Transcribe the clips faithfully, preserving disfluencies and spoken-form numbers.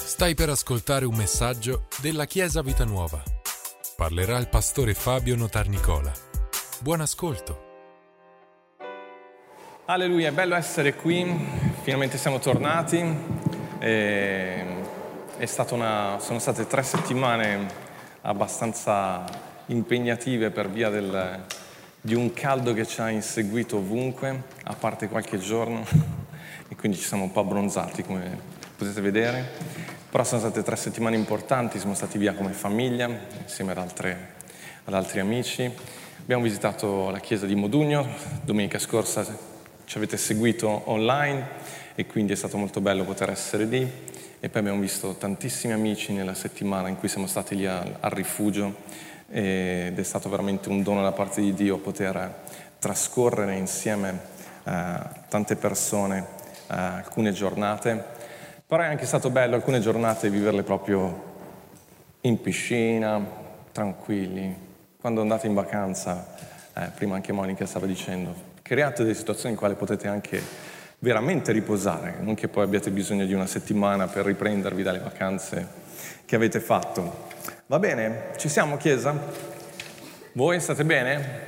Stai per ascoltare un messaggio della Chiesa Vita Nuova. Parlerà il pastore Fabio Notarnicola. Buon ascolto. Alleluia, è bello essere qui, finalmente siamo tornati. E è stata una, sono state tre settimane abbastanza impegnative per via del, di un caldo che ci ha inseguito ovunque, a parte qualche giorno, e quindi ci siamo un po' abbronzati, come potete vedere. Però sono state tre settimane importanti, siamo stati via come famiglia, insieme ad, altre, ad altri amici. Abbiamo visitato la chiesa di Modugno, domenica scorsa ci avete seguito online e quindi è stato molto bello poter essere lì. E poi abbiamo visto tantissimi amici nella settimana in cui siamo stati lì al, al rifugio ed è stato veramente un dono da parte di Dio poter trascorrere insieme a eh, tante persone eh, alcune giornate. Però è anche stato bello alcune giornate viverle proprio in piscina, tranquilli. Quando andate in vacanza, eh, prima anche Monica stava dicendo, create delle situazioni in cui potete anche veramente riposare, non che poi abbiate bisogno di una settimana per riprendervi dalle vacanze che avete fatto. Va bene? Ci siamo, Chiesa? Voi state bene?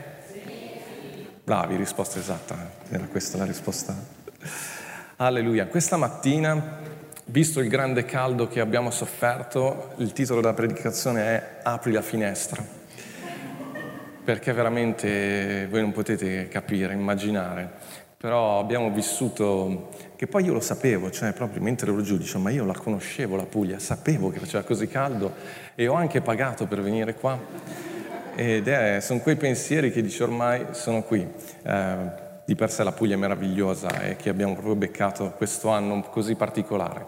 Bravi, risposta esatta. Era questa la risposta. Alleluia. Questa mattina, visto il grande caldo che abbiamo sofferto, il titolo della predicazione è Apri la finestra, perché veramente voi non potete capire, immaginare, però abbiamo vissuto, che poi io lo sapevo, cioè proprio mentre ero giù, dicevo, ma io la conoscevo la Puglia, sapevo che faceva così caldo e ho anche pagato per venire qua, ed è, sono quei pensieri che dici ormai sono qui. Eh, Di per sé la Puglia è meravigliosa e che abbiamo proprio beccato questo anno così particolare.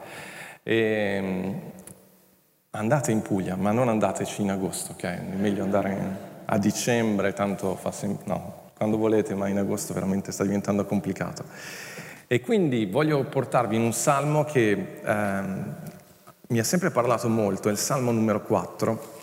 E andate in Puglia, ma non andateci in agosto, ok? È meglio andare in, a dicembre, tanto fa sempre... No, quando volete, ma in agosto veramente sta diventando complicato. E quindi voglio portarvi in un salmo che ehm, mi ha sempre parlato molto, è il salmo numero quattro,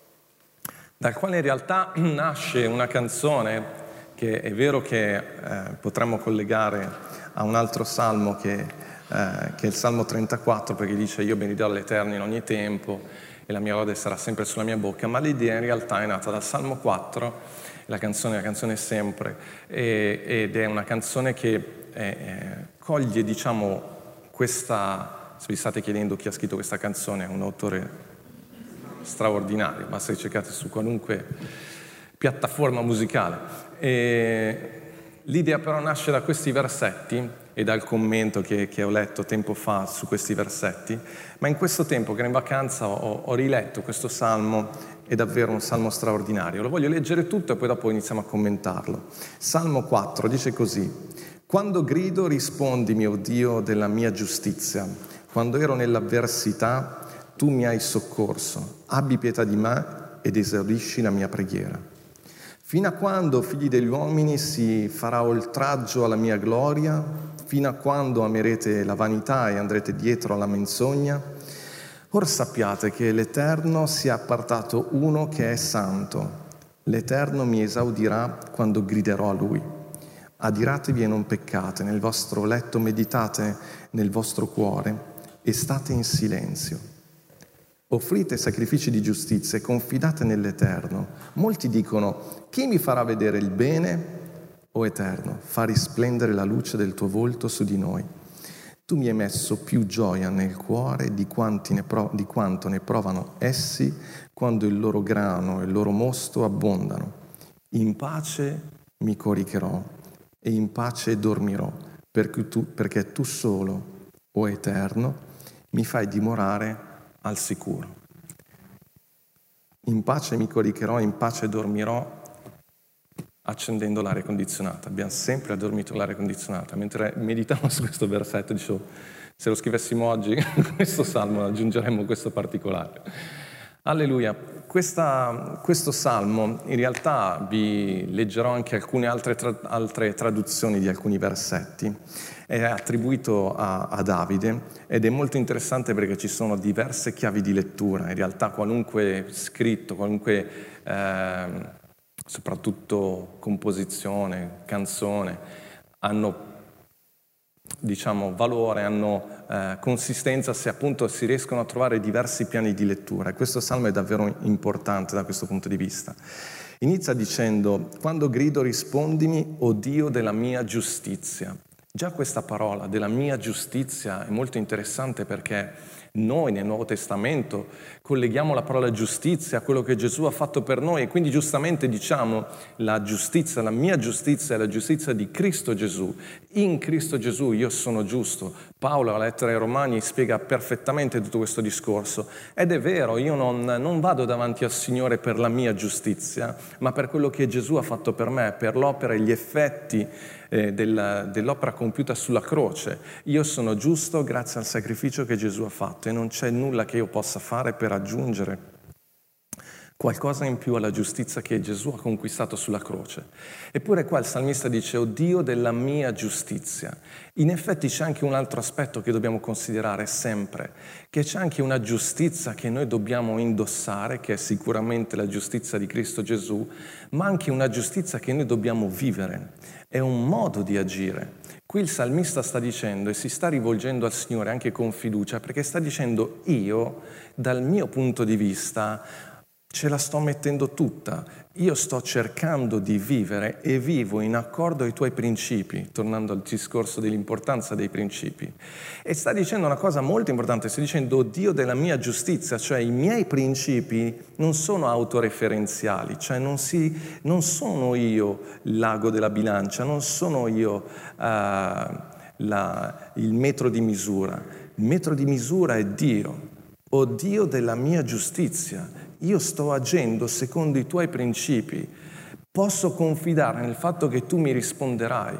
dal quale in realtà nasce una canzone che è vero che eh, potremmo collegare a un altro salmo che, eh, che è il Salmo trentaquattro, perché dice io benedirò l'Eterno in ogni tempo e la mia lode sarà sempre sulla mia bocca, ma l'idea in realtà è nata dal Salmo quattro, la canzone, la canzone è sempre, e, ed è una canzone che eh, coglie, diciamo, questa, se vi state chiedendo chi ha scritto questa canzone, è un autore straordinario, basta che cercate su qualunque piattaforma musicale. E l'idea però nasce da questi versetti e dal commento che, che ho letto tempo fa su questi versetti, ma in questo tempo che ero in vacanza ho, ho riletto questo salmo, è davvero un salmo straordinario. Lo voglio leggere tutto e poi dopo iniziamo a commentarlo. Salmo quattro dice così: quando grido rispondi, mio Dio, della mia giustizia, quando ero nell'avversità tu mi hai soccorso, abbi pietà di me ed esaudisci la mia preghiera. Fino a quando, figli degli uomini, si farà oltraggio alla mia gloria? Fino a quando amerete la vanità e andrete dietro alla menzogna? Or sappiate che l'Eterno si è appartato uno che è santo. L'Eterno mi esaudirà quando griderò a Lui. Adiratevi e non peccate, nel vostro letto meditate nel vostro cuore e state in silenzio. Offrite sacrifici di giustizia e confidate nell'Eterno. Molti dicono, chi mi farà vedere il bene? O Eterno, fa risplendere la luce del tuo volto su di noi. Tu mi hai messo più gioia nel cuore di, quanti ne pro- di quanto ne provano essi quando il loro grano e il loro mosto abbondano. In pace mi coricherò e in pace dormirò, perché tu, perché tu solo, o Eterno, mi fai dimorare al sicuro. In pace mi coricherò, in pace dormirò, accendendo l'aria condizionata. Abbiamo sempre addormito l'aria condizionata. Mentre meditavo su questo versetto, dicevo, se lo scrivessimo oggi, questo salmo, aggiungeremmo questo particolare. Alleluia. Questa, questo salmo, in realtà vi leggerò anche alcune altre, tra, altre traduzioni di alcuni versetti. È attribuito a, a Davide ed è molto interessante perché ci sono diverse chiavi di lettura. In realtà qualunque scritto, qualunque eh, soprattutto composizione, canzone, hanno diciamo, valore, hanno eh, consistenza se appunto si riescono a trovare diversi piani di lettura. E questo salmo è davvero importante da questo punto di vista. Inizia dicendo: quando grido rispondimi, o Dio della mia giustizia. Già questa parola della mia giustizia è molto interessante, perché noi nel Nuovo Testamento colleghiamo la parola giustizia a quello che Gesù ha fatto per noi, e quindi giustamente diciamo la giustizia, la mia giustizia è la giustizia di Cristo Gesù. In Cristo Gesù io sono giusto. Paolo, alla lettera ai Romani, spiega perfettamente tutto questo discorso. Ed è vero, io non, non vado davanti al Signore per la mia giustizia, ma per quello che Gesù ha fatto per me, per l'opera e gli effetti eh, della, dell'opera compiuta sulla croce. Io sono giusto grazie al sacrificio che Gesù ha fatto, e non c'è nulla che io possa fare per aggiungere qualcosa in più alla giustizia che Gesù ha conquistato sulla croce. Eppure qua il salmista dice: "O Dio della mia giustizia". In effetti c'è anche un altro aspetto che dobbiamo considerare sempre, che c'è anche una giustizia che noi dobbiamo indossare, che è sicuramente la giustizia di Cristo Gesù, ma anche una giustizia che noi dobbiamo vivere. È un modo di agire. Qui il salmista sta dicendo, e si sta rivolgendo al Signore anche con fiducia, perché sta dicendo: io, dal mio punto di vista, ce la sto mettendo tutta, io sto cercando di vivere e vivo in accordo ai tuoi principi, tornando al discorso dell'importanza dei principi. E sta dicendo una cosa molto importante, sta dicendo: Dio della mia giustizia, cioè i miei principi non sono autoreferenziali, cioè non, si, non sono io l'ago della bilancia, non sono io uh, la, il metro di misura. Il metro di misura è Dio. O Dio della mia giustizia, io sto agendo secondo i tuoi principi, posso confidare nel fatto che tu mi risponderai.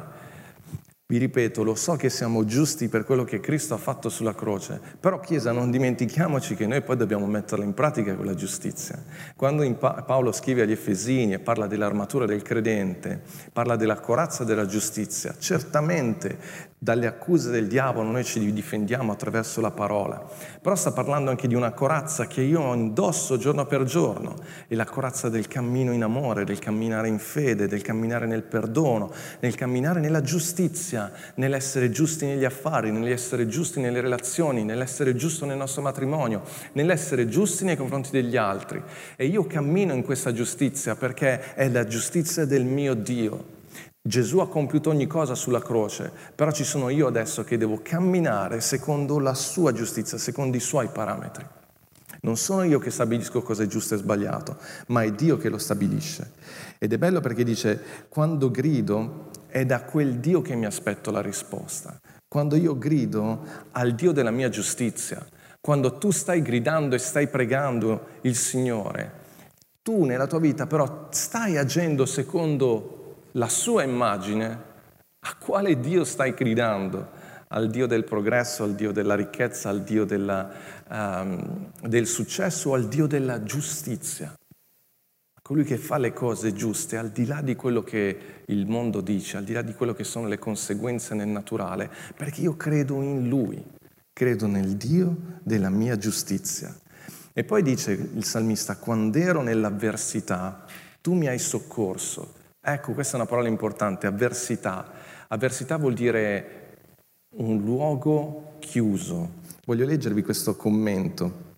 Vi ripeto, lo so che siamo giusti per quello che Cristo ha fatto sulla croce, però Chiesa, non dimentichiamoci che noi poi dobbiamo metterla in pratica quella giustizia. Quando in pa- Paolo scrive agli Efesini e parla dell'armatura del credente, parla della corazza della giustizia, certamente dalle accuse del diavolo noi ci difendiamo attraverso la parola, però sta parlando anche di una corazza che io indosso giorno per giorno, è la corazza del cammino in amore, del camminare in fede, del camminare nel perdono, nel camminare nella giustizia, nell'essere giusti negli affari, nell'essere giusti nelle relazioni, nell'essere giusto nel nostro matrimonio, nell'essere giusti nei confronti degli altri. E io cammino in questa giustizia perché è la giustizia del mio Dio. Gesù ha compiuto ogni cosa sulla croce, però ci sono io adesso che devo camminare secondo la sua giustizia, secondo i suoi parametri. Non sono io che stabilisco cosa è giusto e sbagliato, ma è Dio che lo stabilisce. Ed è bello perché dice: quando grido è da quel Dio che mi aspetto la risposta. Quando io grido al Dio della mia giustizia, quando tu stai gridando e stai pregando il Signore, tu nella tua vita però stai agendo secondo la sua immagine, a quale Dio stai gridando? Al Dio del progresso, al Dio della ricchezza, al Dio della, um, del successo, o al Dio della giustizia? Colui che fa le cose giuste, al di là di quello che il mondo dice, al di là di quello che sono le conseguenze nel naturale, perché io credo in Lui, credo nel Dio della mia giustizia. E poi dice il salmista: quando ero nell'avversità, tu mi hai soccorso. Ecco, questa è una parola importante, avversità. Avversità vuol dire un luogo chiuso. Voglio leggervi questo commento.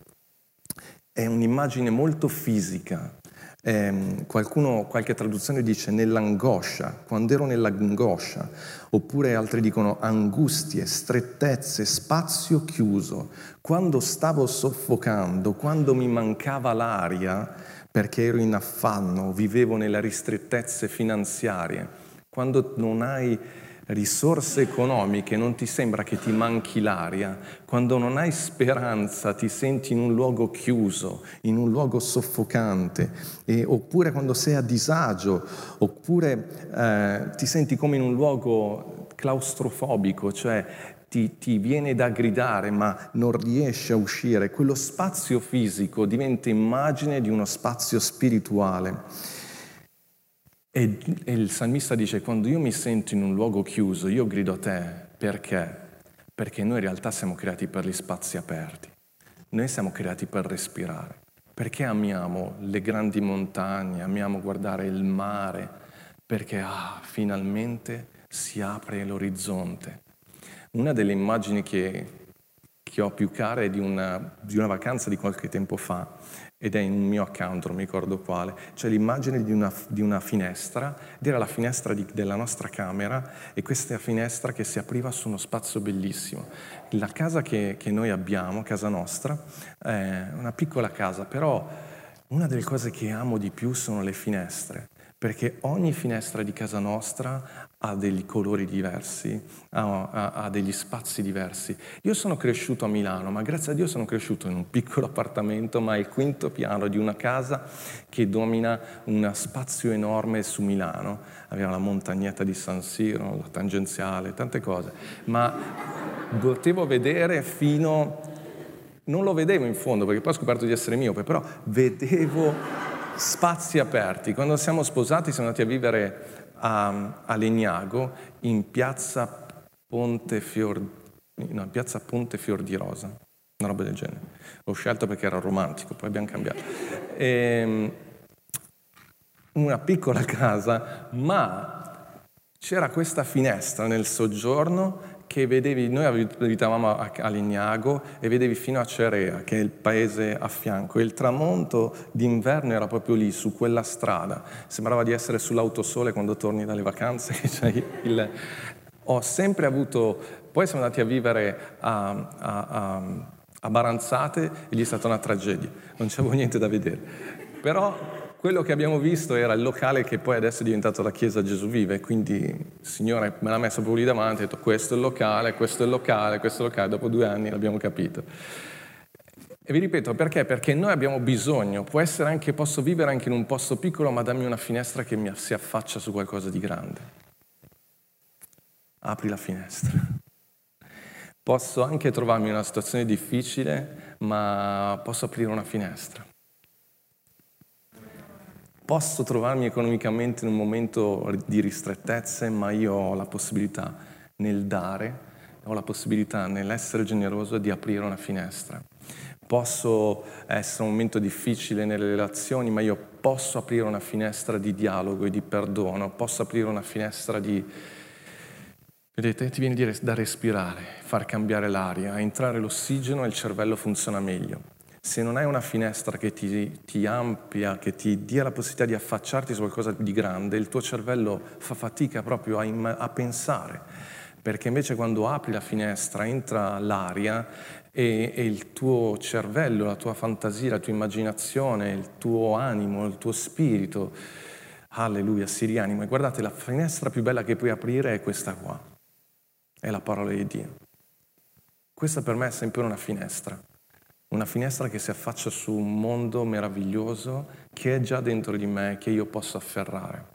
È un'immagine molto fisica. Eh, qualcuno, qualche traduzione dice nell'angoscia, quando ero nell'angoscia, oppure altri dicono angustie, strettezze, spazio chiuso. Quando stavo soffocando, quando mi mancava l'aria, perché ero in affanno, vivevo nelle ristrettezze finanziarie. Quando non hai risorse economiche, non ti sembra che ti manchi l'aria. Quando non hai speranza, ti senti in un luogo chiuso, in un luogo soffocante. E, oppure quando sei a disagio, oppure eh, ti senti come in un luogo claustrofobico, cioè Ti, ti viene da gridare ma non riesci a uscire. Quello spazio fisico diventa immagine di uno spazio spirituale. E, e il salmista dice: quando io mi sento in un luogo chiuso, io grido a te. Perché? Perché noi in realtà siamo creati per gli spazi aperti. Noi siamo creati per respirare. Perché amiamo le grandi montagne, amiamo guardare il mare? Perché ah, finalmente si apre l'orizzonte. Una delle immagini che, che ho più care è di una, di una vacanza di qualche tempo fa, ed è in un mio account, non mi ricordo quale. C'è l'immagine di una, di una finestra, ed era la finestra di, della nostra camera, e questa finestra che si apriva su uno spazio bellissimo. La casa che, che noi abbiamo, casa nostra, è una piccola casa, però una delle cose che amo di più sono le finestre, perché ogni finestra di casa nostra ha dei colori diversi, ha, ha, ha degli spazi diversi. Io sono cresciuto a Milano, ma grazie a Dio sono cresciuto in un piccolo appartamento, ma è il quinto piano di una casa che domina uno spazio enorme su Milano. Aveva la montagnetta di San Siro, la tangenziale, tante cose, ma potevo vedere fino... Non lo vedevo in fondo, perché poi ho scoperto di essere miope, però vedevo spazi aperti. Quando siamo sposati siamo andati a vivere a, a Legnago, in piazza Ponte Fior, no, in piazza Ponte Fior di Rosa, una roba del genere. L'ho scelto perché era romantico, poi abbiamo cambiato. E, una piccola casa, ma c'era questa finestra nel soggiorno che vedevi, noi abitavamo a, a Legnago e vedevi fino a Cerea, che è il paese a fianco, e il tramonto d'inverno era proprio lì, su quella strada. Sembrava di essere sull'autosole quando torni dalle vacanze. Che c'hai il... Ho sempre avuto... Poi siamo andati a vivere a, a, a, a Baranzate e lì è stata una tragedia, non c'avevo niente da vedere. Però... quello che abbiamo visto era il locale che poi adesso è diventato la chiesa Gesù Vive, quindi il Signore me l'ha messo proprio lì davanti, ha detto questo è il locale, questo è il locale, questo è il locale, dopo due anni l'abbiamo capito. E vi ripeto, perché? Perché noi abbiamo bisogno, può essere anche, posso vivere anche in un posto piccolo, ma dammi una finestra che mi si affaccia su qualcosa di grande. Apri la finestra. Posso anche trovarmi in una situazione difficile, ma posso aprire una finestra. Posso trovarmi economicamente in un momento di ristrettezze, ma io ho la possibilità nel dare, ho la possibilità nell'essere generoso di aprire una finestra. Posso essere un momento difficile nelle relazioni, ma io posso aprire una finestra di dialogo e di perdono, posso aprire una finestra di... Vedete, ti viene da respirare, far cambiare l'aria, entrare l'ossigeno e il cervello funziona meglio. Se non hai una finestra che ti, ti amplia, che ti dia la possibilità di affacciarti su qualcosa di grande, il tuo cervello fa fatica proprio a, a pensare, perché invece quando apri la finestra entra l'aria e, e il tuo cervello, la tua fantasia, la tua immaginazione, il tuo animo, il tuo spirito, alleluia, si rianima. E guardate, la finestra più bella che puoi aprire è questa qua, è la parola di Dio. Questa per me è sempre una finestra. Una finestra che si affaccia su un mondo meraviglioso che è già dentro di me e che io posso afferrare.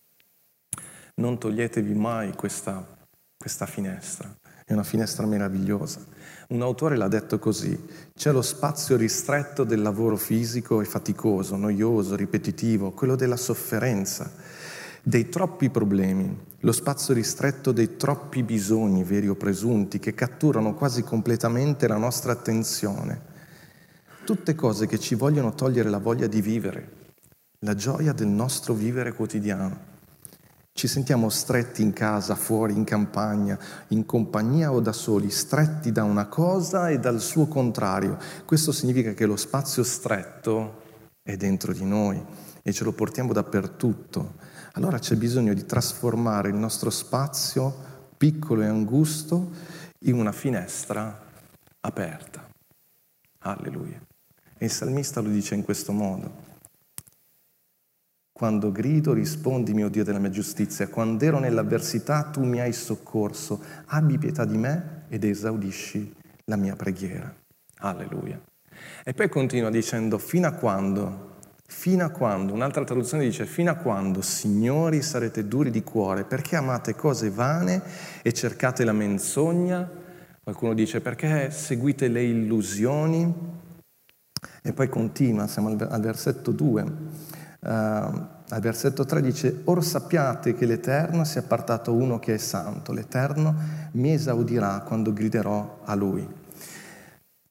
Non toglietevi mai questa, questa finestra, è una finestra meravigliosa. Un autore l'ha detto così: c'è lo spazio ristretto del lavoro fisico e faticoso, noioso, ripetitivo, quello della sofferenza, dei troppi problemi, lo spazio ristretto dei troppi bisogni, veri o presunti, che catturano quasi completamente la nostra attenzione. Tutte cose che ci vogliono togliere la voglia di vivere, la gioia del nostro vivere quotidiano. Ci sentiamo stretti in casa, fuori, in campagna, in compagnia o da soli, stretti da una cosa e dal suo contrario. Questo significa che lo spazio stretto è dentro di noi e ce lo portiamo dappertutto. Allora c'è bisogno di trasformare il nostro spazio piccolo e angusto in una finestra aperta. Alleluia. E il salmista lo dice in questo modo: quando grido rispondi, mio Dio della mia giustizia, quando ero nell'avversità tu mi hai soccorso, abbi pietà di me ed esaudisci la mia preghiera. Alleluia. E poi continua dicendo: fino a quando, fino a quando, un'altra traduzione dice: fino a quando, signori, sarete duri di cuore, perché amate cose vane e cercate la menzogna? Qualcuno dice: perché seguite le illusioni? E poi continua, siamo al, al versetto due, uh, al versetto tre dice: or sappiate che l'Eterno si è appartato uno che è santo, l'Eterno mi esaudirà quando griderò a Lui.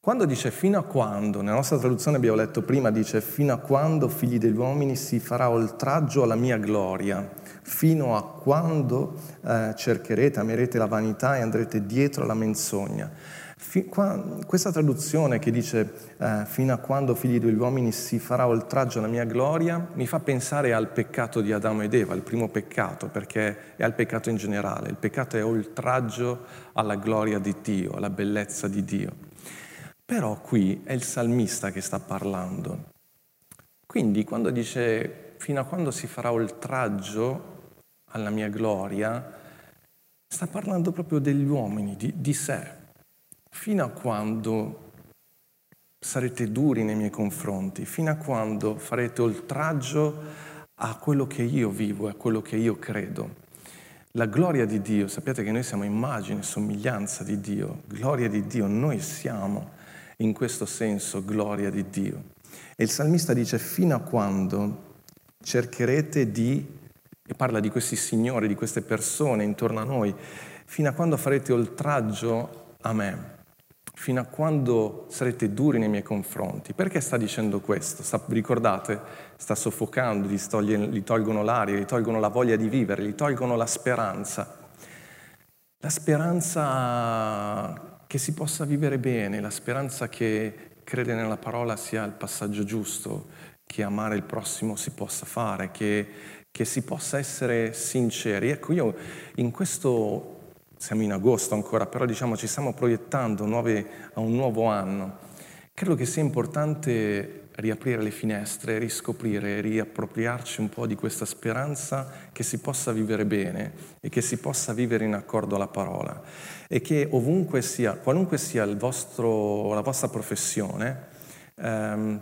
Quando dice fino a quando, nella nostra traduzione abbiamo letto prima, dice fino a quando, figli degli uomini, si farà oltraggio alla mia gloria, fino a quando eh, cercherete, amerete la vanità e andrete dietro alla menzogna. Fi- qua, questa traduzione che dice eh, fino a quando, figli degli uomini, si farà oltraggio alla mia gloria, mi fa pensare al peccato di Adamo ed Eva, il primo peccato, perché è al peccato in generale. Il peccato è oltraggio alla gloria di Dio, alla bellezza di Dio. Però qui è il salmista che sta parlando. Quindi quando dice fino a quando si farà oltraggio alla mia gloria, sta parlando proprio degli uomini, di, di sé. Fino a quando sarete duri nei miei confronti, fino a quando farete oltraggio a quello che io vivo, a quello che io credo. La gloria di Dio, sappiate che noi siamo immagine e somiglianza di Dio, gloria di Dio, noi siamo in questo senso gloria di Dio. E il salmista dice fino a quando cercherete di, e parla di questi signori, di queste persone intorno a noi, fino a quando farete oltraggio a me, fino a quando sarete duri nei miei confronti. Perché sta dicendo questo? Sta, ricordate? Sta soffocando, gli, toglie, gli tolgono l'aria, gli tolgono la voglia di vivere, gli tolgono la speranza. La speranza che si possa vivere bene, la speranza che credere nella parola sia il passaggio giusto, che amare il prossimo si possa fare, che, che si possa essere sinceri. Ecco, io in questo, siamo in agosto ancora, però diciamo ci stiamo proiettando nuove, a un nuovo anno. Credo che sia importante riaprire le finestre, riscoprire, riappropriarci un po' di questa speranza che si possa vivere bene e che si possa vivere in accordo alla parola e che ovunque sia, qualunque sia il vostro, la vostra professione, ehm,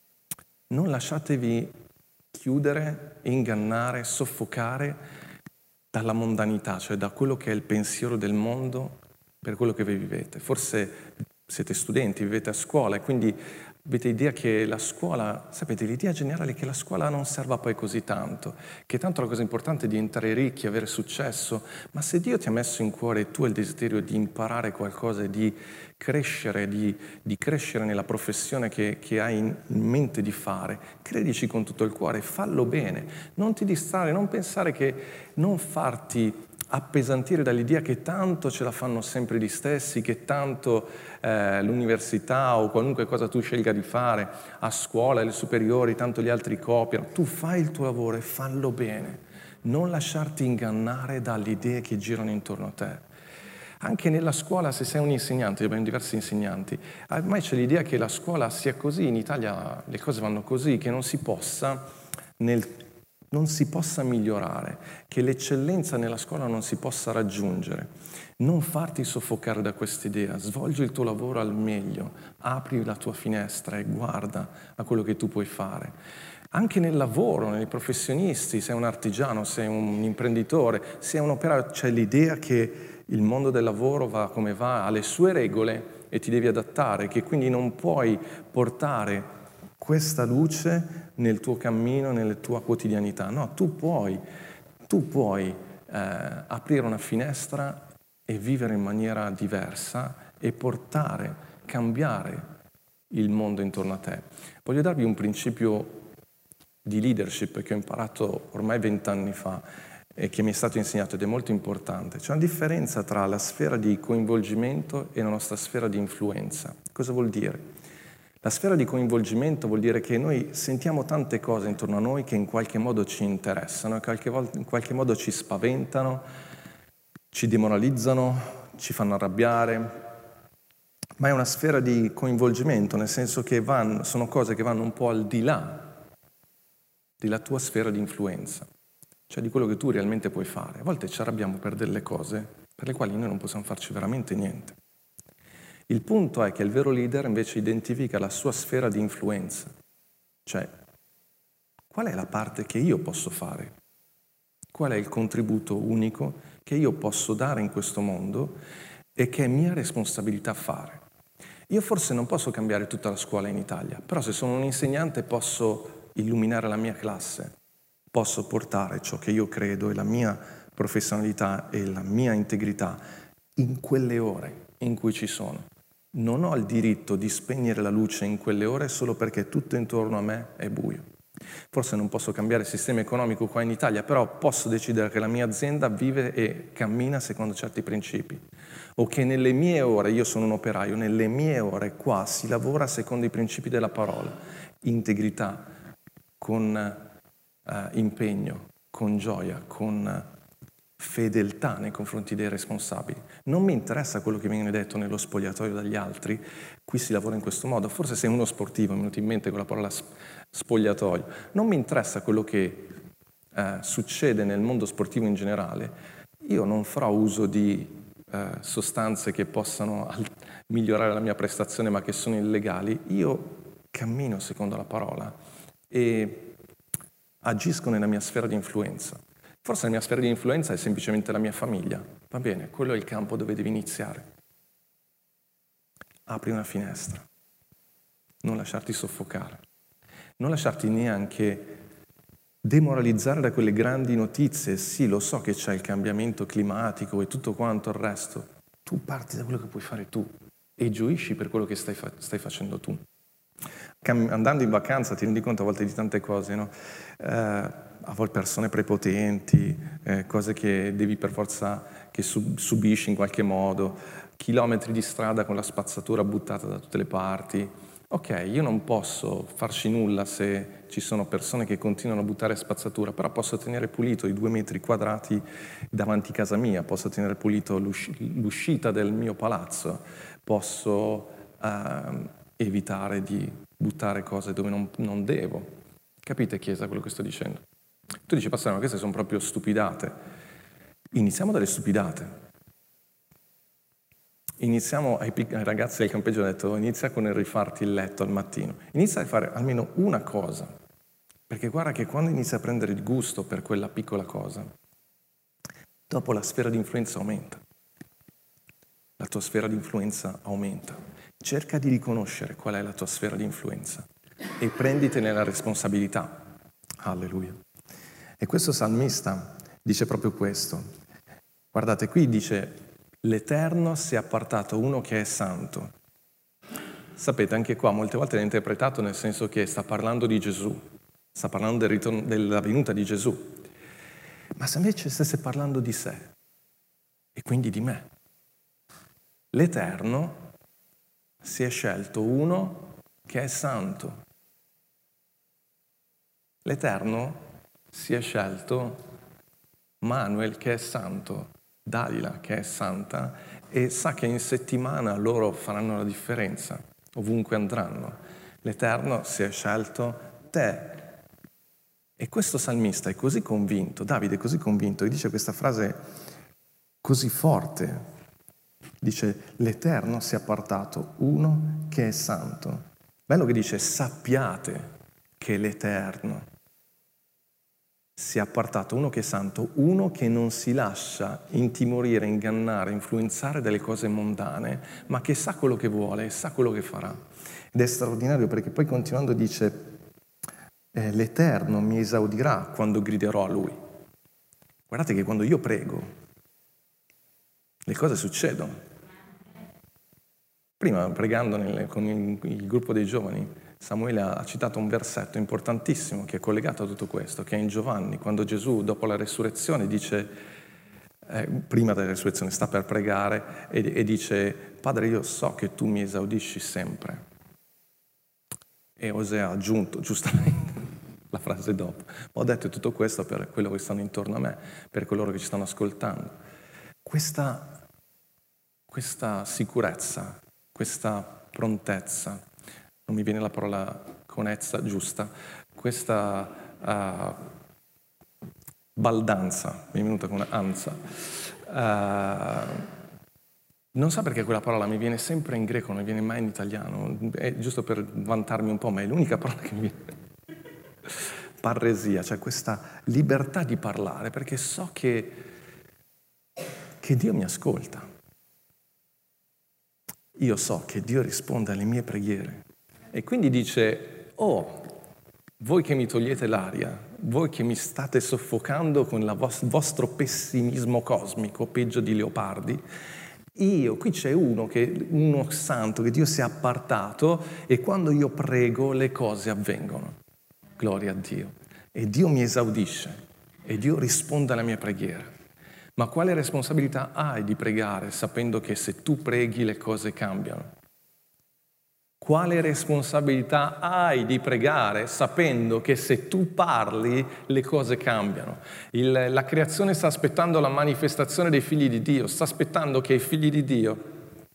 non lasciatevi chiudere, ingannare, soffocare dalla mondanità, cioè da quello che è il pensiero del mondo per quello che vi vivete. Forse siete studenti, vivete a scuola e quindi avete idea che la scuola, sapete, l'idea generale è che la scuola non serva poi così tanto, che tanto la cosa importante è diventare ricchi, avere successo, ma se Dio ti ha messo in cuore e tu hai il desiderio di imparare qualcosa e di crescere, di, di crescere nella professione che, che hai in, in mente di fare, credici con tutto il cuore, fallo bene, non ti distrarre, non pensare che non farti appesantire dall'idea che tanto ce la fanno sempre gli stessi, che tanto eh, l'università o qualunque cosa tu scelga di fare, a scuola, alle superiori, tanto gli altri copiano. Tu fai il tuo lavoro e fallo bene. Non lasciarti ingannare dalle idee che girano intorno a te. Anche nella scuola, se sei un insegnante, abbiamo diversi insegnanti, ormai c'è l'idea che la scuola sia così, in Italia le cose vanno così, che non si possa nel non si possa migliorare, che l'eccellenza nella scuola non si possa raggiungere. Non farti soffocare da quest'idea, svolgi il tuo lavoro al meglio, apri la tua finestra e guarda a quello che tu puoi fare. Anche nel lavoro, nei professionisti, sei un artigiano, sei un imprenditore, sei un operaio, c'è l'idea che il mondo del lavoro va come va, ha le sue regole e ti devi adattare, che quindi non puoi portare questa luce nel tuo cammino, nella tua quotidianità. No, tu puoi, tu puoi eh, aprire una finestra e vivere in maniera diversa e portare, cambiare il mondo intorno a te. Voglio darvi un principio di leadership che ho imparato ormai vent'anni fa e che mi è stato insegnato ed è molto importante. C'è una differenza tra la sfera di coinvolgimento e la nostra sfera di influenza. Cosa vuol dire? La sfera di coinvolgimento vuol dire che noi sentiamo tante cose intorno a noi che in qualche modo ci interessano, che in qualche modo ci spaventano, ci demoralizzano, ci fanno arrabbiare, ma è una sfera di coinvolgimento, nel senso che vanno, sono cose che vanno un po' al di là della tua sfera di influenza, cioè di quello che tu realmente puoi fare. A volte ci arrabbiamo per delle cose per le quali noi non possiamo farci veramente niente. Il punto è che il vero leader invece identifica la sua sfera di influenza, cioè qual è la parte che io posso fare, qual è il contributo unico che io posso dare in questo mondo e che è mia responsabilità fare. Io forse non posso cambiare tutta la scuola in Italia, però se sono un insegnante posso illuminare la mia classe, posso portare ciò che io credo e la mia professionalità e la mia integrità in quelle ore in cui ci sono. Non ho il diritto di spegnere la luce in quelle ore solo perché tutto intorno a me è buio. Forse non posso cambiare il sistema economico qua in Italia, però posso decidere che la mia azienda vive e cammina secondo certi principi. O che nelle mie ore, io sono un operaio, nelle mie ore qua si lavora secondo i principi della parola. Integrità, con eh, impegno, con gioia, con fedeltà nei confronti dei responsabili. Non mi interessa quello che viene detto nello spogliatoio dagli altri, qui si lavora in questo modo. Forse sei uno sportivo, mi è venuto in mente con la parola spogliatoio. Non mi interessa quello che eh, succede nel mondo sportivo in generale. Io non farò uso di eh, sostanze che possano migliorare la mia prestazione ma che sono illegali. Io cammino secondo la parola e agisco nella mia sfera di influenza. Forse la mia sfera di influenza è semplicemente la mia famiglia. Va bene, quello è il campo dove devi iniziare. Apri una finestra. Non lasciarti soffocare. Non lasciarti neanche demoralizzare da quelle grandi notizie. Sì, lo so che c'è il cambiamento climatico e tutto quanto il resto. Tu parti da quello che puoi fare tu e gioisci per quello che stai, fa- stai facendo tu. Cam- andando in vacanza ti rendi conto a volte di tante cose, no? Eh, a volte persone prepotenti, eh, cose che devi per forza, che sub- subisci in qualche modo, chilometri di strada con la spazzatura buttata da tutte le parti. Ok, io non posso farci nulla se ci sono persone che continuano a buttare spazzatura, però posso tenere pulito i due metri quadrati davanti a casa mia, posso tenere pulito l'usci- l'uscita del mio palazzo, posso eh, evitare di buttare cose dove non, non devo. Capite, Chiesa, quello che sto dicendo? Tu dici, Pastore, ma queste sono proprio stupidate. Iniziamo dalle stupidate. Iniziamo ai, pic- ai ragazzi del campeggio, ho detto, inizia con il rifarti il letto al mattino. Inizia a fare almeno una cosa, perché guarda che quando inizi a prendere il gusto per quella piccola cosa, dopo la sfera di influenza aumenta. La tua sfera di influenza aumenta. Cerca di riconoscere qual è la tua sfera di influenza e prenditene la responsabilità. Alleluia. E questo salmista dice proprio questo. Guardate, qui dice, l'Eterno si è appartato uno che è santo. Sapete, anche qua molte volte l'ha interpretato nel senso che sta parlando di Gesù, sta parlando del ritorno, della venuta di Gesù. Ma se invece stesse parlando di sé, e quindi di me, l'Eterno si è scelto uno che è santo. L'Eterno si è scelto Manuel che è santo, Dalila che è santa e sa che in settimana loro faranno la differenza, ovunque andranno. L'Eterno si è scelto te. E questo salmista è così convinto, Davide è così convinto, e dice questa frase così forte. Dice, l'Eterno si è appartato uno che è santo. Bello che dice, sappiate che l'Eterno si è appartato uno che è santo, uno che non si lascia intimorire, ingannare, influenzare dalle cose mondane, ma che sa quello che vuole, sa quello che farà. Ed è straordinario perché poi continuando dice, eh, l'Eterno mi esaudirà quando griderò a Lui. Guardate che quando io prego, le cose succedono. Prima, pregando nel, con il, il gruppo dei giovani, Samuele ha citato un versetto importantissimo che è collegato a tutto questo, che è in Giovanni, quando Gesù, dopo la resurrezione, dice, eh, prima della resurrezione, sta per pregare e, e dice, Padre, io so che tu mi esaudisci sempre. E Osea ha aggiunto, giustamente, la frase dopo, ma ho detto tutto questo per quello che stanno intorno a me, per coloro che ci stanno ascoltando. Questa, questa sicurezza, questa prontezza, non mi viene la parola conezza giusta, questa uh, baldanza, mi è venuta con anza. Uh, non so perché quella parola mi viene sempre in greco, non mi viene mai in italiano, è giusto per vantarmi un po', ma è l'unica parola che mi viene. Parresia, cioè questa libertà di parlare, perché so che, che Dio mi ascolta. Io so che Dio risponde alle mie preghiere. E quindi dice, oh, voi che mi togliete l'aria, voi che mi state soffocando con il vos- vostro pessimismo cosmico, peggio di leopardi, Io, qui c'è uno, che, uno santo che Dio si è appartato e quando io prego le cose avvengono. Gloria a Dio. E Dio mi esaudisce e Dio risponde alla mia preghiera. Ma quale responsabilità hai di pregare sapendo che se tu preghi le cose cambiano? Quale responsabilità hai di pregare sapendo che se tu parli le cose cambiano? Il, la creazione sta aspettando la manifestazione dei figli di Dio, sta aspettando che i figli di Dio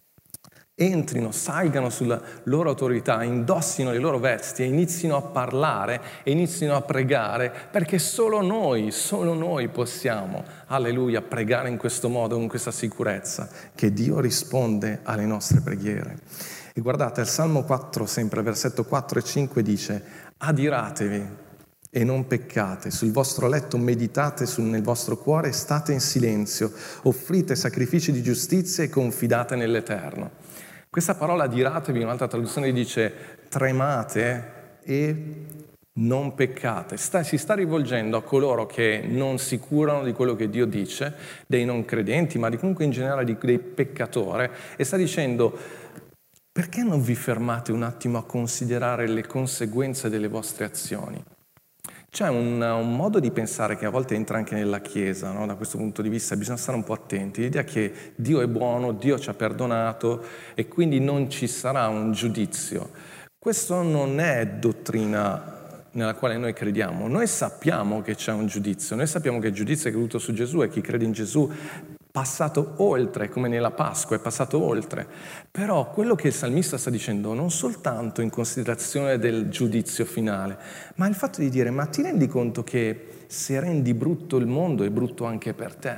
entrino, salgano sulla loro autorità, indossino le loro vesti e inizino a parlare e inizino a pregare, perché solo noi, solo noi possiamo, alleluia, pregare in questo modo, con questa sicurezza, che Dio risponde alle nostre preghiere. E guardate, il Salmo quattro, sempre, versetto quattro e cinque dice: adiratevi e non peccate, sul vostro letto meditate sul, nel vostro cuore, state in silenzio, offrite sacrifici di giustizia e confidate nell'Eterno. Questa parola adiratevi, in un'altra traduzione dice tremate e non peccate. Sta, si sta rivolgendo a coloro che non si curano di quello che Dio dice, dei non credenti, ma di comunque in generale di, dei peccatori, e sta dicendo: perché non vi fermate un attimo a considerare le conseguenze delle vostre azioni? C'è un, un modo di pensare che a volte entra anche nella Chiesa, no? Da questo punto di vista bisogna stare un po' attenti. L'idea che Dio è buono, Dio ci ha perdonato e quindi non ci sarà un giudizio. Questo non è dottrina nella quale noi crediamo. Noi sappiamo che c'è un giudizio, noi sappiamo che il giudizio è caduto su Gesù e chi crede in Gesù passato oltre, come nella Pasqua, è passato oltre. Però quello che il salmista sta dicendo non soltanto in considerazione del giudizio finale, ma il fatto di dire: ma ti rendi conto che se rendi brutto il mondo è brutto anche per te?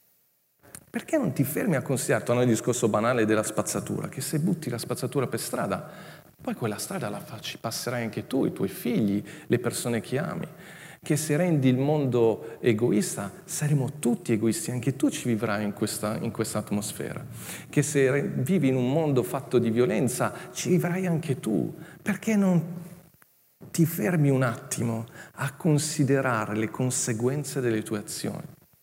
Perché non ti fermi a considerare, torno al discorso banale della spazzatura, che se butti la spazzatura per strada, poi quella strada la facci, passerai anche tu, i tuoi figli, le persone che ami. Che se rendi il mondo egoista, saremo tutti egoisti, anche tu ci vivrai in questa, in questa atmosfera. Che se vivi in un mondo fatto di violenza, ci vivrai anche tu. Perché non ti fermi un attimo a considerare le conseguenze delle tue azioni?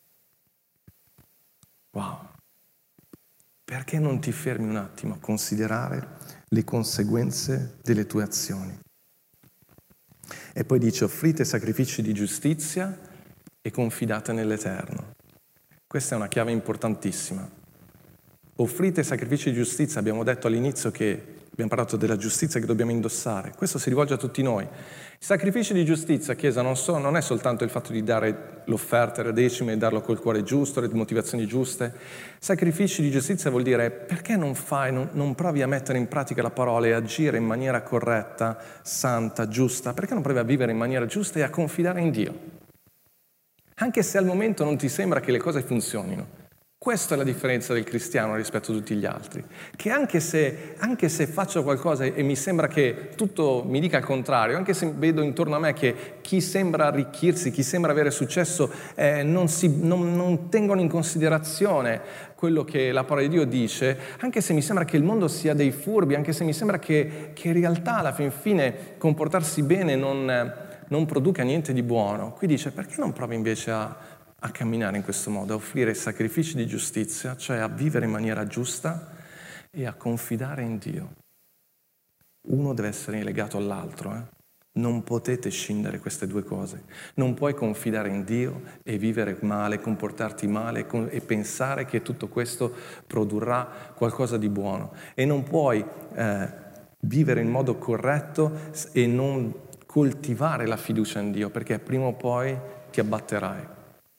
Wow! Perché non ti fermi un attimo a considerare le conseguenze delle tue azioni? E poi dice: offrite sacrifici di giustizia e confidate nell'Eterno. Questa è una chiave importantissima. Offrite sacrifici di giustizia, abbiamo detto all'inizio che abbiamo parlato della giustizia che dobbiamo indossare. Questo si rivolge a tutti noi. I sacrifici di giustizia, Chiesa, non, so, non è soltanto il fatto di dare l'offerta, le decime e darlo col cuore giusto, le motivazioni giuste. Sacrifici di giustizia vuol dire: perché non fai, non, non provi a mettere in pratica la parola e agire in maniera corretta, santa, giusta? Perché non provi a vivere in maniera giusta e a confidare in Dio? Anche se al momento non ti sembra che le cose funzionino. Questa è la differenza del cristiano rispetto a tutti gli altri, che anche se, anche se faccio qualcosa e mi sembra che tutto mi dica il contrario, anche se vedo intorno a me che chi sembra arricchirsi, chi sembra avere successo, eh, non, si, non, non tengono in considerazione quello che la parola di Dio dice, anche se mi sembra che il mondo sia dei furbi, anche se mi sembra che, che in realtà alla fin fine comportarsi bene non, non produca niente di buono, qui dice: perché non provi invece a a camminare in questo modo, a offrire sacrifici di giustizia, cioè a vivere in maniera giusta e a confidare in Dio. Uno deve essere legato all'altro, eh? Non potete scindere queste due cose. Non puoi confidare in Dio e vivere male, comportarti male e pensare che tutto questo produrrà qualcosa di buono. E non puoi eh, vivere in modo corretto e non coltivare la fiducia in Dio, perché prima o poi ti abbatterai.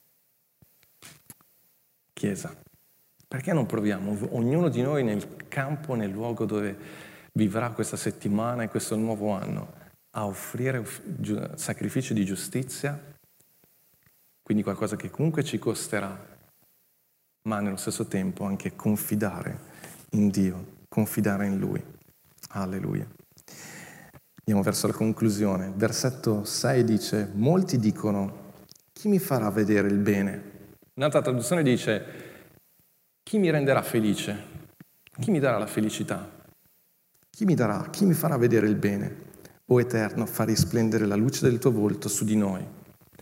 Chiesa, perché non proviamo, ognuno di noi nel campo, nel luogo dove vivrà questa settimana e questo nuovo anno, a offrire sacrifici di giustizia, quindi qualcosa che comunque ci costerà, ma nello stesso tempo anche confidare in Dio, confidare in Lui. Alleluia. Andiamo verso la conclusione. Versetto sei dice: molti dicono: chi mi farà vedere il bene? Un'altra traduzione dice: chi mi renderà felice? Chi mi darà la felicità? Chi mi darà? Chi mi farà vedere il bene? O Eterno, fa risplendere la luce del tuo volto su di noi.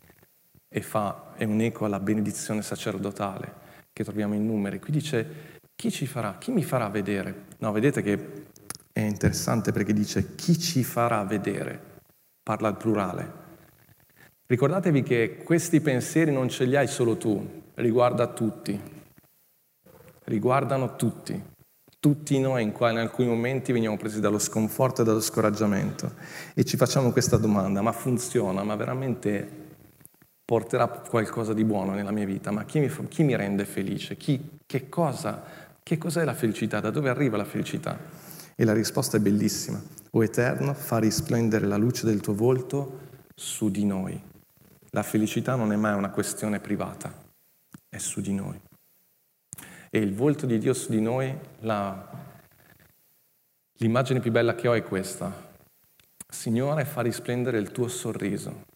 E fa, è un eco alla benedizione sacerdotale che troviamo in Numeri. Qui dice: Chi ci farà? Chi mi farà vedere? No, vedete che è interessante perché dice chi ci farà vedere. Parla al plurale. Ricordatevi che questi pensieri non ce li hai solo tu, riguarda tutti. Riguardano tutti. Tutti noi in, qua, in alcuni momenti veniamo presi dallo sconforto e dallo scoraggiamento e ci facciamo questa domanda, ma funziona? Ma veramente porterà qualcosa di buono nella mia vita? Ma chi mi, chi mi rende felice? Chi, che cosa, che cos'è la felicità? Da dove arriva la felicità? E la risposta è bellissima. O Eterno, fa risplendere la luce del tuo volto su di noi. La felicità non è mai una questione privata, è su di noi. E il volto di Dio su di noi, la, l'immagine più bella che ho è questa. Signore, fa risplendere il tuo sorriso.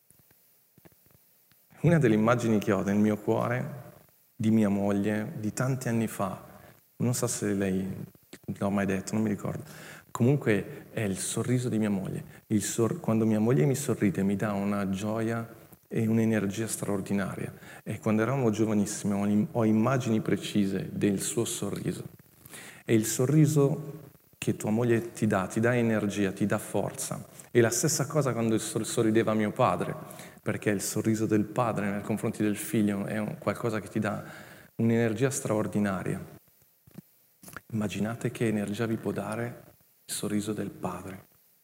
Una delle immagini che ho nel mio cuore, di mia moglie, di tanti anni fa, non so se lei l'ho mai detto, non mi ricordo, comunque è il sorriso di mia moglie. Il sor- quando mia moglie mi sorride mi dà una gioia e un'energia straordinaria. E quando eravamo giovanissimi ho, ho immagini precise del suo sorriso. E il sorriso che tua moglie ti dà, ti dà energia, ti dà forza. E la stessa cosa quando sorrideva mio padre, perché il sorriso del padre nei confronti del figlio è un, qualcosa che ti dà un'energia straordinaria. Immaginate che energia vi può dare il sorriso del padre.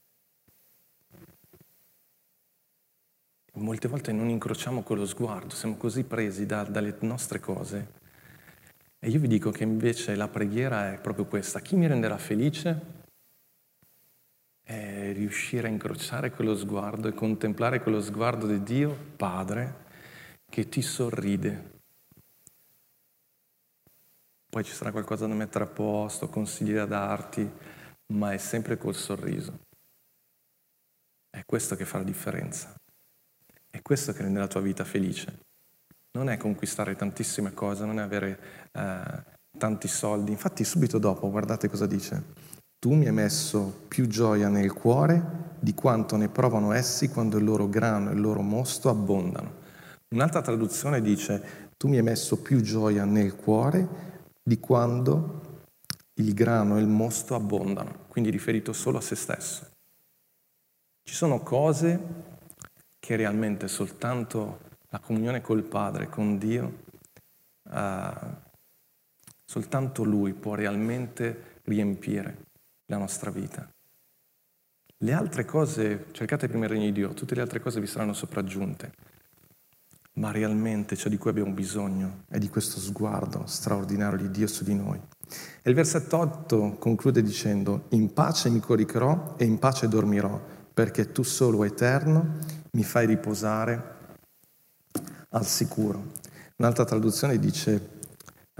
Molte volte non incrociamo quello sguardo, siamo così presi da, dalle nostre cose. E io vi dico che invece la preghiera è proprio questa. Chi mi renderà felice è riuscire a incrociare quello sguardo e contemplare quello sguardo di Dio, Padre, che ti sorride. Poi ci sarà qualcosa da mettere a posto, consigli da darti, ma è sempre col sorriso. È questo che fa la differenza. È questo che rende la tua vita felice. Non è conquistare tantissime cose, non è avere eh, tanti soldi. Infatti subito dopo, guardate cosa dice. Tu mi hai messo più gioia nel cuore di quanto ne provano essi quando il loro grano e il loro mosto abbondano. Un'altra traduzione dice, tu mi hai messo più gioia nel cuore di quando il grano e il mosto abbondano. Quindi riferito solo a se stesso. Ci sono cose che realmente soltanto la comunione col Padre, con Dio, uh, soltanto Lui può realmente riempire la nostra vita. Le altre cose, cercate prima il regno di Dio, tutte le altre cose vi saranno sopraggiunte, ma realmente ciò di cui abbiamo bisogno è di questo sguardo straordinario di Dio su di noi. E il versetto otto conclude dicendo, in pace mi coricherò e in pace dormirò, perché tu solo, Eterno, mi fai riposare al sicuro. Un'altra traduzione dice, uh,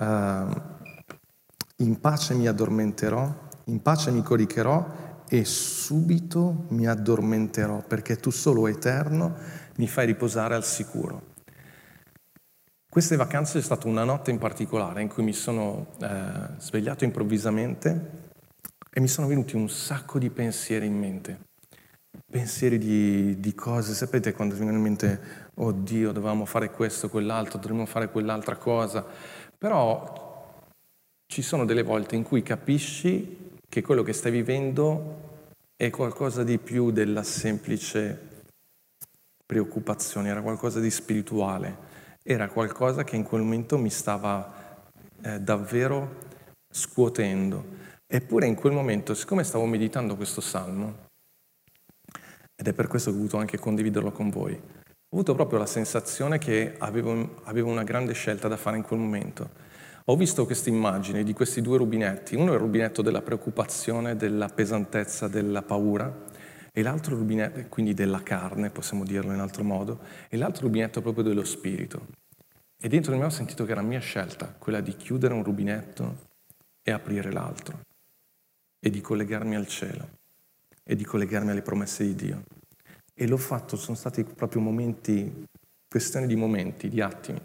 in pace mi addormenterò, in pace mi coricherò e subito mi addormenterò, perché tu solo, Eterno, mi fai riposare al sicuro. Queste vacanze è stata una notte in particolare in cui mi sono eh, svegliato improvvisamente e mi sono venuti un sacco di pensieri in mente. Pensieri di, di cose, sapete quando ti viene in mente, oh Dio, dovevamo fare questo, quell'altro, dovremmo fare quell'altra cosa. Però ci sono delle volte in cui capisci che quello che stai vivendo è qualcosa di più della semplice preoccupazione, era qualcosa di spirituale. Era qualcosa che in quel momento mi stava eh, davvero scuotendo. Eppure in quel momento, siccome stavo meditando questo salmo, ed è per questo che ho voluto anche condividerlo con voi, ho avuto proprio la sensazione che avevo, avevo una grande scelta da fare in quel momento. Ho visto questa immagine di questi due rubinetti. Uno è il rubinetto della preoccupazione, della pesantezza, della paura, e l'altro rubinetto, quindi della carne, possiamo dirlo in altro modo, e l'altro rubinetto proprio dello spirito. E dentro di me ho sentito che era mia scelta, quella di chiudere un rubinetto e aprire l'altro, e di collegarmi al cielo, e di collegarmi alle promesse di Dio. E l'ho fatto, sono stati proprio momenti, questioni di momenti, di attimi.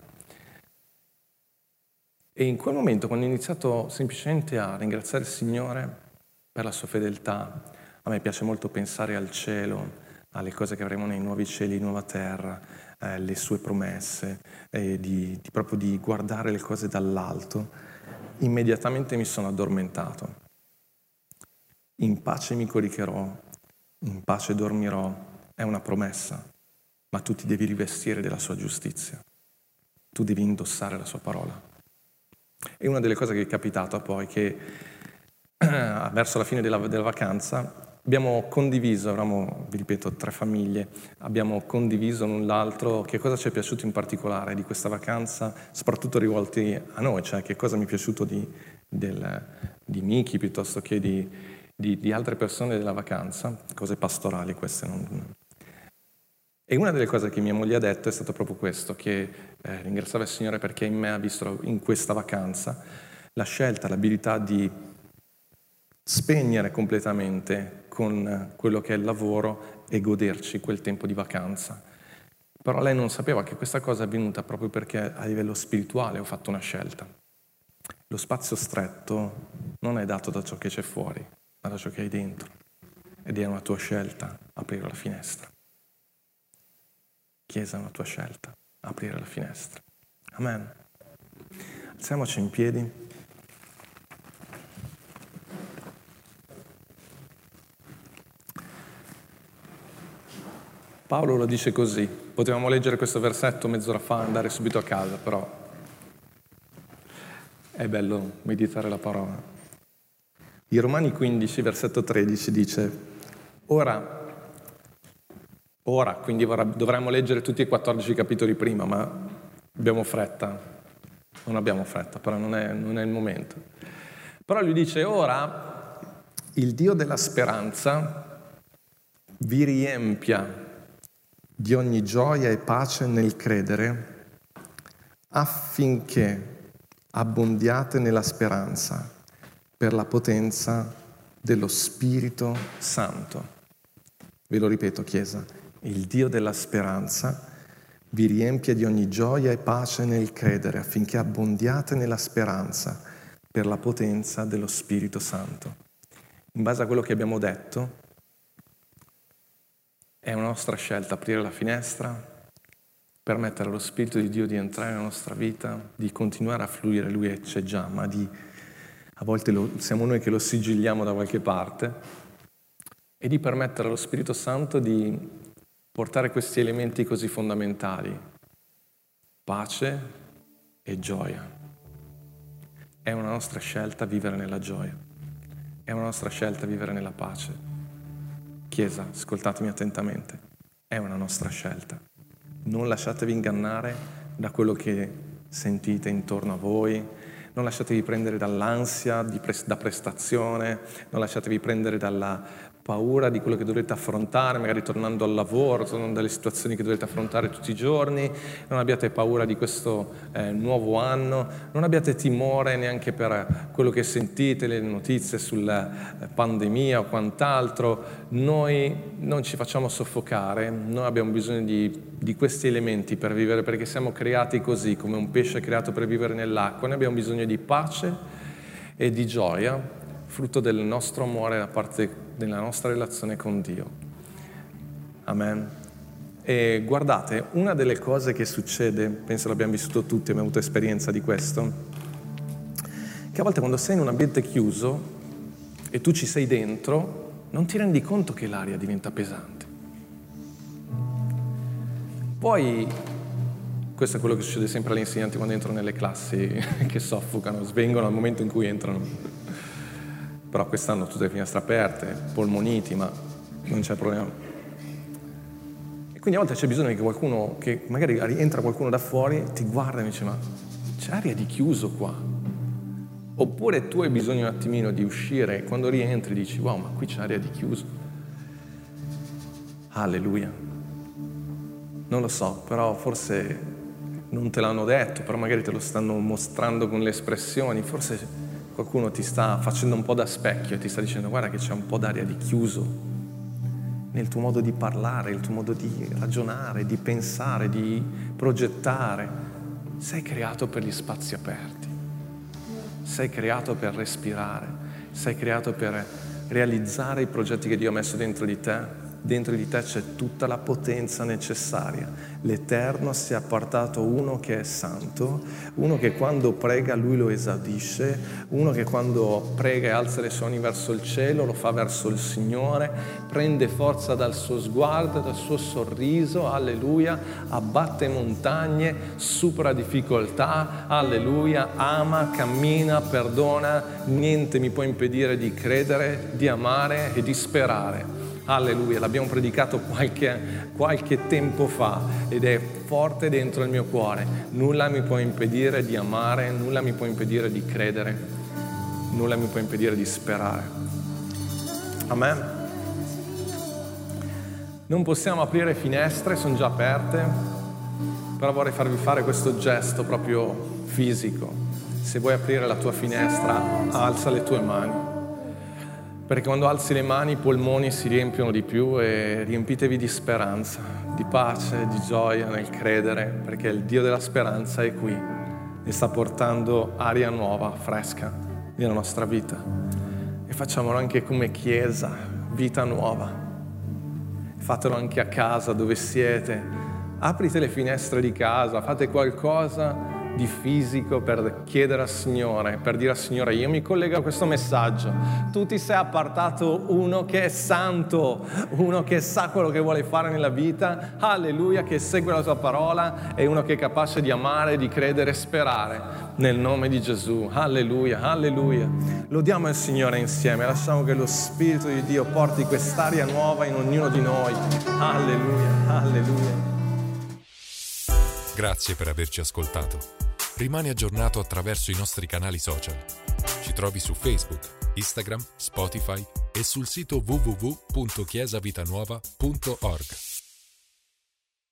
E in quel momento, quando ho iniziato semplicemente a ringraziare il Signore per la sua fedeltà, a me piace molto pensare al cielo, alle cose che avremo nei nuovi cieli, nuova terra, eh, le sue promesse, eh, di, di proprio di guardare le cose dall'alto. immediatamente mi sono addormentato. In pace mi coricherò, in pace dormirò, è una promessa, ma tu ti devi rivestire della sua giustizia. Tu devi indossare la sua parola. E una delle cose che è capitata poi, che verso la fine della, della vacanza abbiamo condiviso, eravamo, vi ripeto, tre famiglie, abbiamo condiviso l'un l'altro che cosa ci è piaciuto in particolare di questa vacanza, soprattutto rivolti a noi, cioè che cosa mi è piaciuto di, del, di Miki piuttosto che di, di, di altre persone della vacanza, cose pastorali queste. Non... E una delle cose che mia moglie ha detto è stato proprio questo, che eh, ringraziava il Signore perché in me ha visto in questa vacanza la scelta, l'abilità di spegnere completamente con quello che è il lavoro e goderci quel tempo di vacanza. Però lei non sapeva che questa cosa è avvenuta proprio perché a livello spirituale ho fatto una scelta. Lo spazio stretto non è dato da ciò che c'è fuori, ma da ciò che hai dentro. Ed è una tua scelta aprire la finestra. Chiesa, è una tua scelta aprire la finestra. Amen. Alziamoci in piedi. Paolo lo dice così. Potevamo leggere questo versetto mezz'ora fa e andare subito a casa, però è bello meditare la parola. In Romani quindici, versetto tredici, dice: Ora, ora, quindi dovremmo leggere tutti i quattordici capitoli prima, ma abbiamo fretta. Non abbiamo fretta, però non è, non è il momento. Però lui dice: ora il Dio della speranza vi riempia di ogni gioia e pace nel credere, affinché abbondiate nella speranza per la potenza dello Spirito Santo. Ve lo ripeto, Chiesa, il Dio della speranza vi riempia di ogni gioia e pace nel credere, affinché abbondiate nella speranza per la potenza dello Spirito Santo. In base a quello che abbiamo detto, è una nostra scelta aprire la finestra, permettere allo Spirito di Dio di entrare nella nostra vita, di continuare a fluire, Lui c'è già, ma di, a volte lo, siamo noi che lo sigilliamo da qualche parte, e di permettere allo Spirito Santo di portare questi elementi così fondamentali, pace e gioia. È una nostra scelta vivere nella gioia, è una nostra scelta vivere nella pace. Chiesa, ascoltatemi attentamente, è una nostra scelta. Non lasciatevi ingannare da quello che sentite intorno a voi, non lasciatevi prendere dall'ansia di pre- da prestazione, non lasciatevi prendere dalla paura di quello che dovrete affrontare, magari tornando al lavoro, tornando dalle situazioni che dovete affrontare tutti i giorni, non abbiate paura di questo eh, nuovo anno, non abbiate timore neanche per quello che sentite, le notizie sulla eh, pandemia o quant'altro. Noi non ci facciamo soffocare, noi abbiamo bisogno di, di questi elementi per vivere, perché siamo creati così, come un pesce creato per vivere nell'acqua. Noi abbiamo bisogno di pace e di gioia, frutto del nostro amore da parte della nostra relazione con Dio. Amen. E guardate, una delle cose che succede, penso l'abbiamo vissuto tutti, abbiamo avuto esperienza di questo, che a volte quando sei in un ambiente chiuso e tu ci sei dentro, non ti rendi conto che l'aria diventa pesante. Poi, questo è quello che succede sempre agli insegnanti quando entrano nelle classi, che soffocano, svengono al momento in cui entrano. Però quest'anno tutte le finestre aperte, polmoniti, ma non c'è problema. E quindi a volte c'è bisogno che qualcuno, che magari entra qualcuno da fuori, ti guarda e dice: ma c'è aria di chiuso qua? Oppure tu hai bisogno un attimino di uscire e quando rientri dici: wow, ma qui c'è aria di chiuso. Alleluia. Non lo so, però forse non te l'hanno detto, però magari te lo stanno mostrando con le espressioni, forse qualcuno ti sta facendo un po' da specchio e ti sta dicendo: guarda che c'è un po' d'aria di chiuso nel tuo modo di parlare, il tuo modo di ragionare, di pensare, di progettare. Sei creato per gli spazi aperti, sei creato per respirare, sei creato per realizzare i progetti che Dio ha messo dentro di te. dentro di te c'è tutta la potenza necessaria. L'Eterno si è appartato uno che è santo, uno che quando prega lui lo esaudisce, uno che quando prega e alza le sue mani verso il cielo lo fa verso il Signore, prende forza dal suo sguardo, dal suo sorriso, alleluia, abbatte montagne, supera difficoltà, alleluia, ama, cammina, perdona, niente mi può impedire di credere, di amare e di sperare. Alleluia, l'abbiamo predicato qualche, qualche tempo fa ed è forte dentro il mio cuore. Nulla mi può impedire di amare, nulla mi può impedire di credere, nulla mi può impedire di sperare. Amen. Non possiamo aprire finestre, sono già aperte, però vorrei farvi fare questo gesto proprio fisico. Se vuoi aprire la tua finestra, alza le tue mani. Perché quando alzi le mani i polmoni si riempiono di più e riempitevi di speranza, di pace, di gioia nel credere, perché il Dio della speranza è qui e sta portando aria nuova, fresca nella nostra vita. E facciamolo anche come Chiesa, vita nuova. Fatelo anche a casa dove siete. Aprite le finestre di casa, fate qualcosa di fisico per chiedere al Signore, per dire al Signore: io mi collego a questo messaggio, tu ti sei appartato uno che è santo, uno che sa quello che vuole fare nella vita, alleluia, che segue la tua parola, e uno che è capace di amare, di credere e sperare nel nome di Gesù, alleluia, alleluia. Lodiamo il Signore insieme, lasciamo che lo Spirito di Dio porti quest'aria nuova in ognuno di noi, alleluia, alleluia. Grazie per averci ascoltato. Rimani aggiornato attraverso i nostri canali social. Ci trovi su Facebook, Instagram, Spotify e sul sito w w w punto chiesa vita nuova punto org.